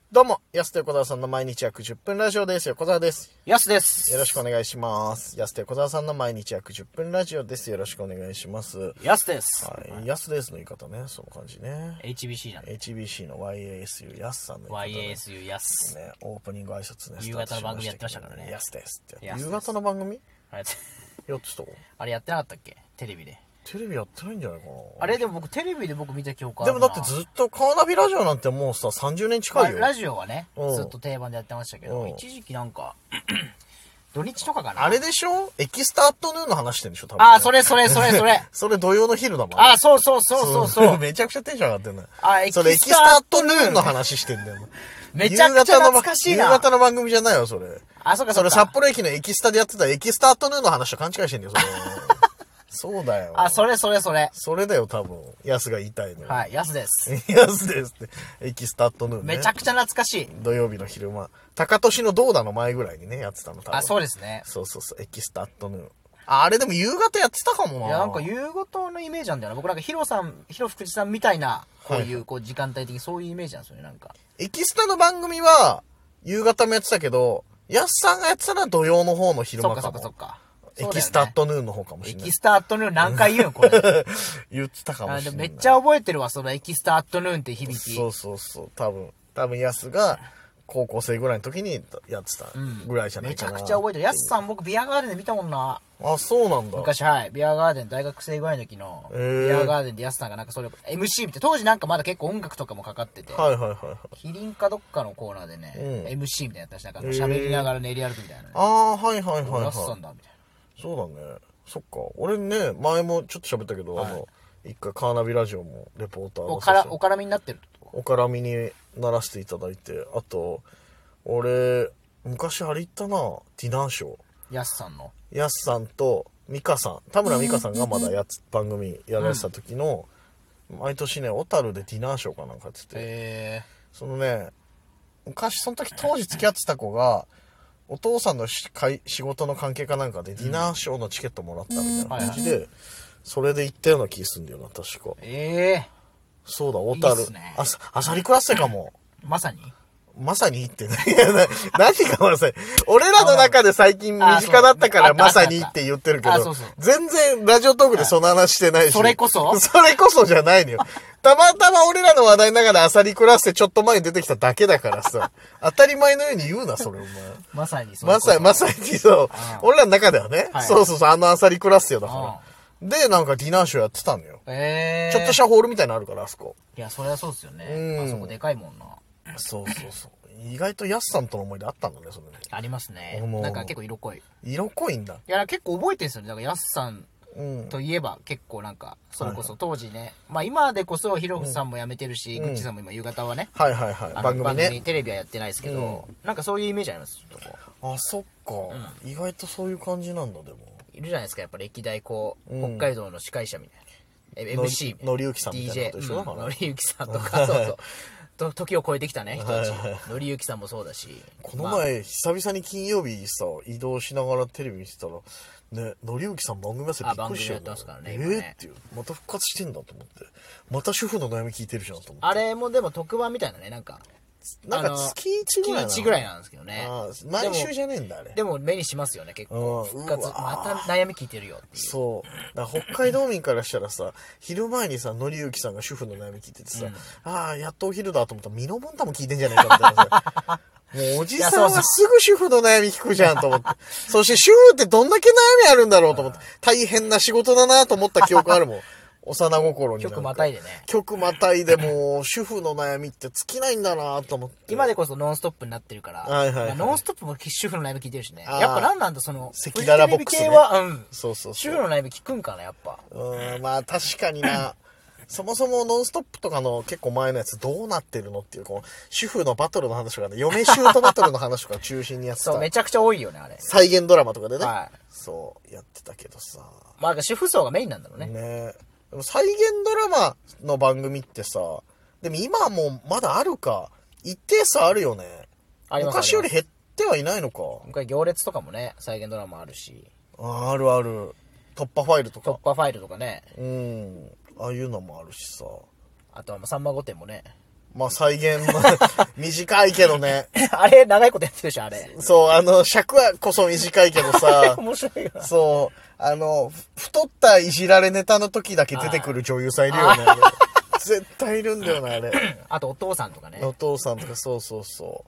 どうも、安手小沢さんの毎日約10分ラジオです。横澤です。 やすです。 よろしくお願いします。安手小沢さんの毎日約10分ラジオです。よろしくお願いします。 やすです。 はい。安ですの言い方ね。その感じね。 HBC なんで。 HBC の YASU 安さんの言い方、ね。 YASU やす。 ね、オープニング挨拶ね。 夕方の番組やってましたからね。 安ですって。 夕方の番組あれやってたあれやってなかったっけテレビで。 テレビやってないんじゃないかな。 あれでも僕テレビで見た記憶あでるな。 もだってずっとカーナビラジオなんてもうさ30年近いよ。 ラジオはね、 うんずっと定番でやってましたけど、 うん一時期なんか、土日とかかな。 あれでしょエキスタアットヌーンの話してんでしょ多分、ね。 あ、それ。それ土曜の昼だもん。 あ、そう。 めちゃくちゃテンション上がってんのよ。 それエキスタアットヌーンの話してんだよ。 めちゃくちゃ懐かしいな。 夕方の番組じゃないよ、それ。 あ、そうか。 それ札幌駅のエキスタでやってたエキスタアットヌーンの話と勘違いしてんだよ、それ。そうだよ。 あ、それ。 それだよ、多分。ヤスが言いたいの。 はい、やすです。 ヤスですって。エキスタアットヌーン、ね。 めちゃくちゃ懐かしい。 土曜日の昼間。高年のどうだの前ぐらいにね、やってたの、多分。 あ、そうですね。 そう。エキスタアットヌーン。あれでも夕方やってたかもな。 いや、なんか夕方のイメージなんだよな。僕なんかヒロ福地さんみたいな、こういう、時間帯的にそういうイメージなんですよね、なんか。 エキスタの番組は、夕方もやってたけど、ヤスさんがやってたのは土曜の方の昼間かも。 そっか。 エキスタアットヌーンの方かもしれない。 エキスタアットヌーン何回言うんこれ。 言ってたかもしれない。 めっちゃ覚えてるわ、そのエキスタアットヌーンって響き。 そう。多分ヤスが高校生ぐらいの時にやってたぐらいじゃないかな。 めちゃくちゃ覚えてる。ヤスさん僕ビアガーデンで見たもんな。 あ、そうなんだ。 昔、はい。ビアガーデン、大学生ぐらいの時の、ビアガーデンでヤスさんがなんかそれ、MC 見て、当時なんかまだ結構音楽とかもかかってて。 はい。 キリンかどっかのコーナーでね、MC みたいなやったし、なんか喋りながら練り歩くみたいなね。 ああ、はい。 ヤスさんだ、みたいな。 そうだね。そっか。俺ね、前もちょっと喋ったけど、一回カーナビラジオもレポーターお絡みになってるお絡みにならせていただいて、あと、俺、昔あれ行ったな、ディナーショー。 ヤスさんの。 ヤスさんとミカさん、田村ミカさんがまだ番組やられてた時の、毎年ね、小樽でディナーショーかなんかやってて、そのね、昔その時当時付き合ってた子が、お父さんの仕事の関係かなんかでディナーショーのチケットもらったみたいな感じで、それで行ったような気するんだよな、確か。そうだ、小樽。アサリクラッセかも。 まさにってね。何がまさに。俺らの中で最近身近だったからまさにって言ってるけど、全然ラジオトークでその話してないし。 それこそじゃないのよ。たまたま俺らの話題ながらアサリクラッセちょっと前に出てきただけだからさ。当たり前のように言うな、それお前。 まさにそう。俺らの中ではね。そう、あのアサリクラッセよだから。で、なんかディナーショーやってたのよ。ちょっとしたホールみたいなのあるから、あそこ。 いや、それはそうですよね。あそこでかいもんな。 そう。意外とヤスさんとの思い出あったんだね、それね。 ありますね。なんか結構色濃い。 色濃いんだ。 いや、結構覚えてるんですよね。だからヤスさんといえば結構なんか、それこそ当時ね、まあ今でこそヒロフさんも辞めてるし、グッチさんも今夕方はね。 はい。番組ね。 テレビはやってないですけど、なんかそういうイメージあります。 あ、そっか。意外とそういう感じなんだ、でも。 いるじゃないですか、やっぱ歴代こう、北海道の司会者みたいな。MC。 のりゆきさんみたいなことでしょ。 のりゆきさんとか、そう。時を超えてきたね、人たち。のりゆきさんもそうだし。 この前、久々に金曜日さ、移動しながらテレビ見てたら、ね、のりゆきさん番組やってびっくりしたよ。 番組やってますからね。 っていう。また復活してんだと思って。また主婦の悩み聞いてるじゃんと思って。 あれもでも特番みたいなね、なんか月1 ぐらいなんですけどね。 毎週じゃねえんだ、あれ。 でも目にしますよね、結構。復活。また悩み聞いてるよっていう。 そう。北海道民からしたらさ、昼前にさ、のりゆきさんが主婦の悩み聞いててさ、やっとお昼だと思ったら、ミノモンタも聞いてんじゃねえかみたいなさ。もうおじさんはすぐ主婦の悩み聞くじゃんと思って。そして主婦ってどんだけ悩みあるんだろうと思って。大変な仕事だなと思った記憶あるもん。幼心に。 曲またいでね。 曲またいでもう、主婦の悩みって尽きないんだなと思って。 今でこそノンストップになってるから。ノンストップも主婦の悩み聞いてるしね。やっぱなんなんだ、その、 赤裸々ボックスね。 そう。主婦の悩み聞くんかな、やっぱ。 まあ確かにな。そもそもノンストップとかの結構前のやつどうなってるのっていう、こう、主婦のバトルの話とかね、嫁姑バトルの話とか中心にやってた。 そう、めちゃくちゃ多いよね、あれ。 再現ドラマとかでね。そう、やってたけどさ。 まあ、主婦層がメインなんだろうね。 ね。でも再現ドラマの番組ってさ、でも今はもうまだあるか。一定数あるよね。昔より減ってはいないのか。 昔行列とかもね、再現ドラマあるし。 あるある。突破ファイルとか。 突破ファイルとかね。 ああいうのもあるしさ。 あとはさんま御殿もね。 まあ再現の短いけどね。 あれ長いことやってるでしょ、あれ。 そう、尺はこそ短いけどさ。 面白いわ。 そう、太ったいじられネタの時だけ出てくる女優さんいるよね。絶対いるんだよな、あれ。 あとお父さんとかね。 お父さんとか、そうそうそう。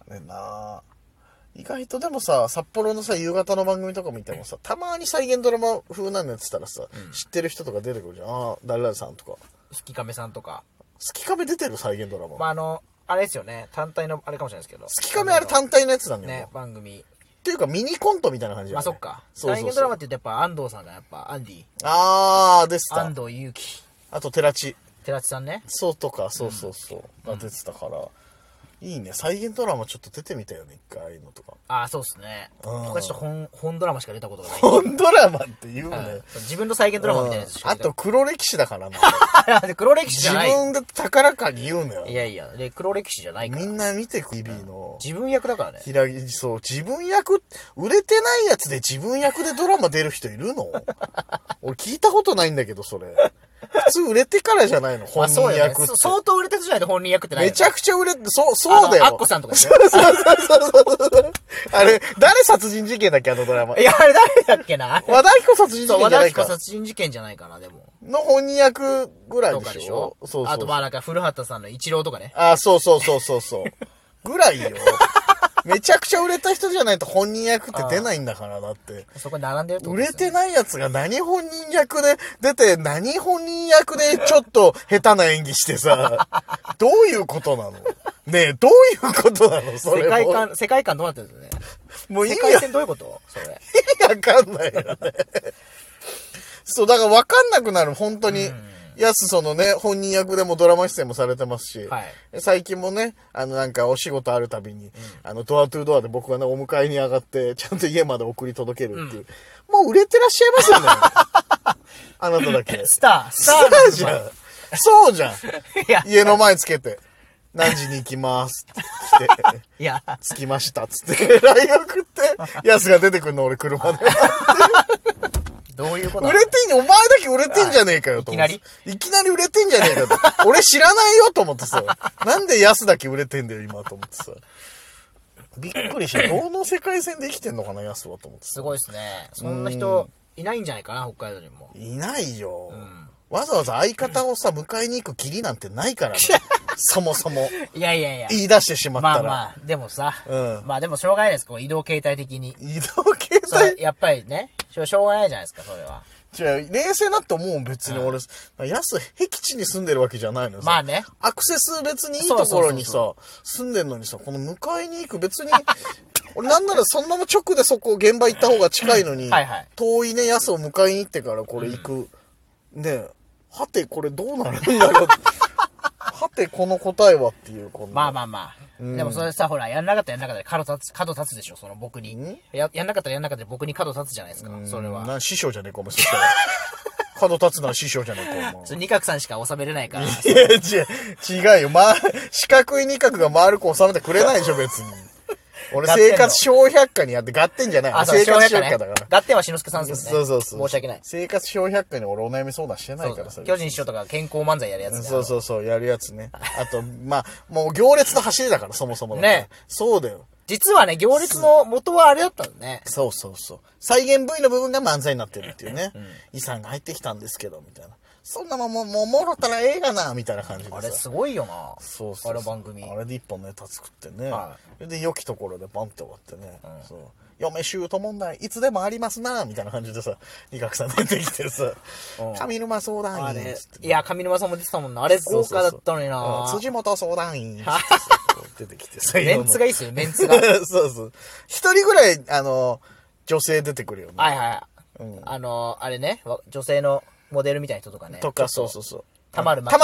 あれな意外とでもさ、札幌のさ、夕方の番組とか見てもさ、たまに再現ドラマ風なんやってたらさ、知ってる人とか出てくるじゃん。ああ、誰々さんとか。 月亀さんとか。 月亀出てる再現ドラマ。 まああれですよね。単体のあれかもしれないですけど。 月亀あれ単体のやつなんだよね、番組。 っていうかミニコントみたいな感じだよね。 まあそっか。 そうそうそう再現ドラマって言うとやっぱ安藤さんがやっぱアンディ。 あー、でした。 安藤祐樹。 あと寺地さんね。 そうとか、そうそうそう。が出てたから。いいね。再現ドラマちょっと出てみたよね、一回のとか。 ああ、そうっすね。僕はちょっと本ドラマしか出たことがない。 本ドラマって言うね。 自分の再現ドラマみたいなやつしか。 あと黒歴史だからな。 黒歴史じゃない。 自分で高らかに言うのよ。 いやいや、で、黒歴史じゃないから。 みんな見てく、TV の。 自分役だからね。 そう、自分役、売れてないやつで自分役でドラマ出る人いるの俺聞いたことないんだけど、それ。普通売れてからじゃないの本人役って。 相当売れてるじゃないと本人役ってない。 めちゃくちゃ売れて、そうだよ。 アッコさんとかね。 そう。あれ、誰殺人事件だっけあのドラマ。 いや、あれ誰だっけな和田アキ子殺人事件じゃないか。 和田アキ子殺人事件じゃないかな、でも。 の本人役ぐらいでしょ。 そう。あとまあなんか古畑さんの一郎とかね。 あ、そう。ぐらいよ。めちゃくちゃ売れた人じゃないと本人役って出ないんだから、だって。 そこに並んでるってことですよね。売れてないやつが何本人役で出て、何本人役でちょっと下手な演技してさ、どういうことなのねえ、どういうことなのそれ世界観どうなってるんですかね。 もう世界線どういうことそれ。 意味わかんないよね。そう、だからわかんなくなる、本当に。やすそのね、本人役でもドラマ出演もされてますし、はい、最近もね、なんかお仕事あるたびに、ドアトゥードアで僕がね、お迎えに上がって、ちゃんと家まで送り届けるっていう。もう売れてらっしゃいますよね。あなただけ。 スターじゃん。そうじゃん。家の前つけて、何時に行きますって来て、 いや、 着きましたっつって、LINE 送って、やすが出てくるの俺車で。 どういうこと売れてんねん、お前だけ売れてんじゃねえかよと思って。いきなり売れてんじゃねえかと。俺知らないよと思ってさ。なんでヤスだけ売れてんだよ今と思ってさ。びっくりして、どの世界線で生きてんのかなヤスはと思って。 すごいですね。そんな人いないんじゃないかな、北海道にも。 いないよ。わざわざ相方をさ、迎えに行く義理なんてないからね。そもそも。 いや。 言い出してしまったら。 まあ、でもさ。まあでもしょうがないです。こう移動形態的に。 移動形態やっぱりね。しょうがないじゃないですか、それは。 冷静だって思う別に俺、安僻地に住んでるわけじゃないのよ。 まあね。 アクセス別にいいところにさ、住んでんのにさ、この迎えに行く別に、俺なんならそんなも直でそこ現場行った方が近いのに、遠いね、安を迎えに行ってからこれ行く。ねえ、はてこれどうなるんだろう。はてこの答えはっていう、 まあ。でもそれさ、ほら、やんなかったら角立つでしょ、その僕に。やんなかったら僕に角立つじゃないですか、それは。 師匠じゃねえか、お前。そしたら。角立つのは師匠じゃねえか、お前。 二角さんしか収めれないから。いや、違うよ。四角い二角が丸く収めてくれないでしょ、別に。俺、生活小百科にやって、合点じゃない。生活小百科だから。 合点はしのすけさんですよね。そう。申し訳ない。 生活小百科に俺お悩み相談してないからさ。 巨人師匠とか健康漫才やるやつね。 そう、やるやつね。あと、まあ、もう行列の走りだから、そもそも。ね。そうだよ。 実はね、行列の元はあれだったんだね。 そう。再現部位の部分が漫才になってるっていうね。遺産が入ってきたんですけど、みたいな。そんなもんもうもろたらええがな、みたいな感じでさ。 あれすごいよな。 そう。 あの番組。 あれで一本ネタ作ってね。で、良きところでバンって終わってね。そう。嫁姑問題、いつでもありますな、みたいな感じでさ、二角さん出てきてさ、上沼相談員。 いや、上沼さんも出てたもんな。あれ豪華だったのにな。 辻元相談員。出てきてさ。 メンツがいいっすよ、メンツが。 そう。一人ぐらい、女性出てくるよね。 はい。あれね、女性のモデルみたいな人とかね。 とか、そう。 たまるまき。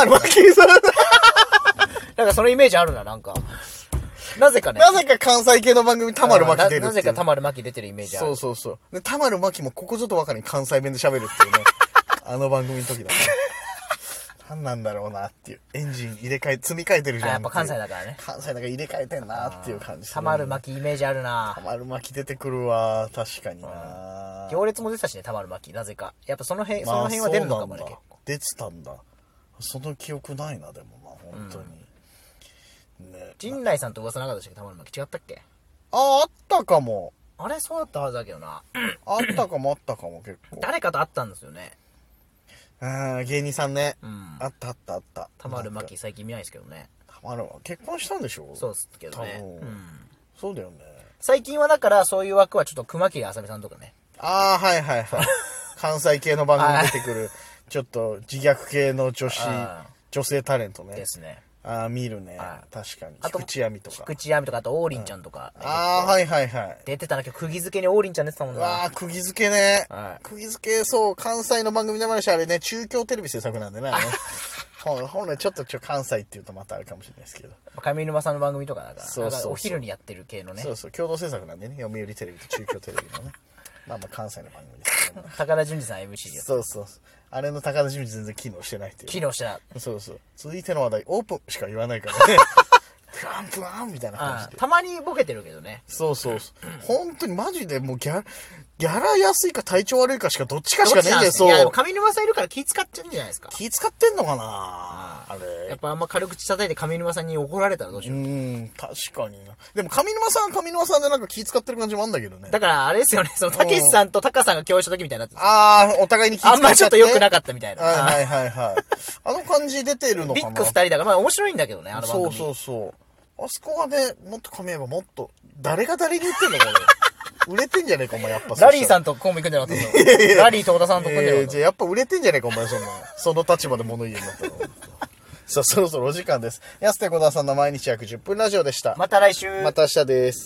なんかそのイメージあるな、なんか。なぜか関西系の番組、たまるまき出る。 なぜかたまるまき出てるイメージある。 そう。で、たまるまきもここぞとばかりに関西弁で喋るっていうね。あの番組の時だね。何なんだろうなっていう。エンジン積み替えてるじゃん。 やっぱ関西だからね。 関西だから入れ替えてんなっていう感じ。 たまるまきイメージあるな。 たまるまき出てくるわ。確かにな。 行列も出てたしね、たまるまき。なぜか。やっぱその辺は出るのかもね、結構。 出てたんだ。その記憶ないな、でもな、本当に。 ね。 陣内さんと噂なかったでしたっけ、玉巻違ったっけ？ あったかも。 あれそうだったはずだけどな。 あったかも結構。 誰かと会ったんですよね。 芸人さんね。 うん。 あった。 玉巻最近見ないですけどね。 結婚したんでしょ？ そうっすけどね。 そうだよね。 最近はだからそういう枠はちょっと熊切あさみさんとかね。 はい関西系の番組出てくる、ちょっと自虐系の女性タレントね。 ですね。 見るね。確かに。菊池亜美とか。 菊池亜美とか、あと王林ちゃんとか。 はい。 出てたな、釘付けに王林ちゃん出てたもんな。 釘付けね。釘付け、そう、関西の番組でもあるし、あれね、中京テレビ制作なんでね。本来ちょっと関西っていうとまたあるかもしれないですけど。 上沼さんの番組とかだから、お昼にやってる系のね。 そう、共同制作なんでね、読売テレビと中京テレビのね。まあ関西の番組ですけど。 高田純次さん MC で。 そう。あれの高田純次全然機能してないっていう。 機能してない。 そう。続いての話題、オープンしか言わないからね。プワンみたいな感じで。 たまにボケてるけどね。 そう。本当にマジでもうギャラ安いか体調悪いかしかどっちかしかねえんだよ、そう。 いや、上沼さんいるから気使っちゃうんじゃないですか。 気使ってんのかなあれ。 やっぱあんま軽口叩いて上沼さんに怒られたらどうしよう。 確かにな。でも上沼さんでなんか気使ってる感じもあんだけどね。 だからあれですよね、たけしさんとタカさんが共演した時みたいになってお互いに気使って。 あんまちょっと良くなかったみたいな。 はい。あの感じ出てるのかな。 ビッグ二人だから、まあ面白いんだけどね、あの番組。 そう。あそこはね、もっと噛めばもっと、誰が誰に言ってんのこれ。売れてんじゃねえか、お前、やっぱ。 ラリーさんとコンビ組んでなかったの？ラリー東田さんと組んでなかった。 じゃあやっぱ売れてんじゃねえか、お前、その立場で物言うんだったら。さあ、そろそろお時間です。安手小田さんの毎日約10分ラジオでした。 また来週。 また明日です。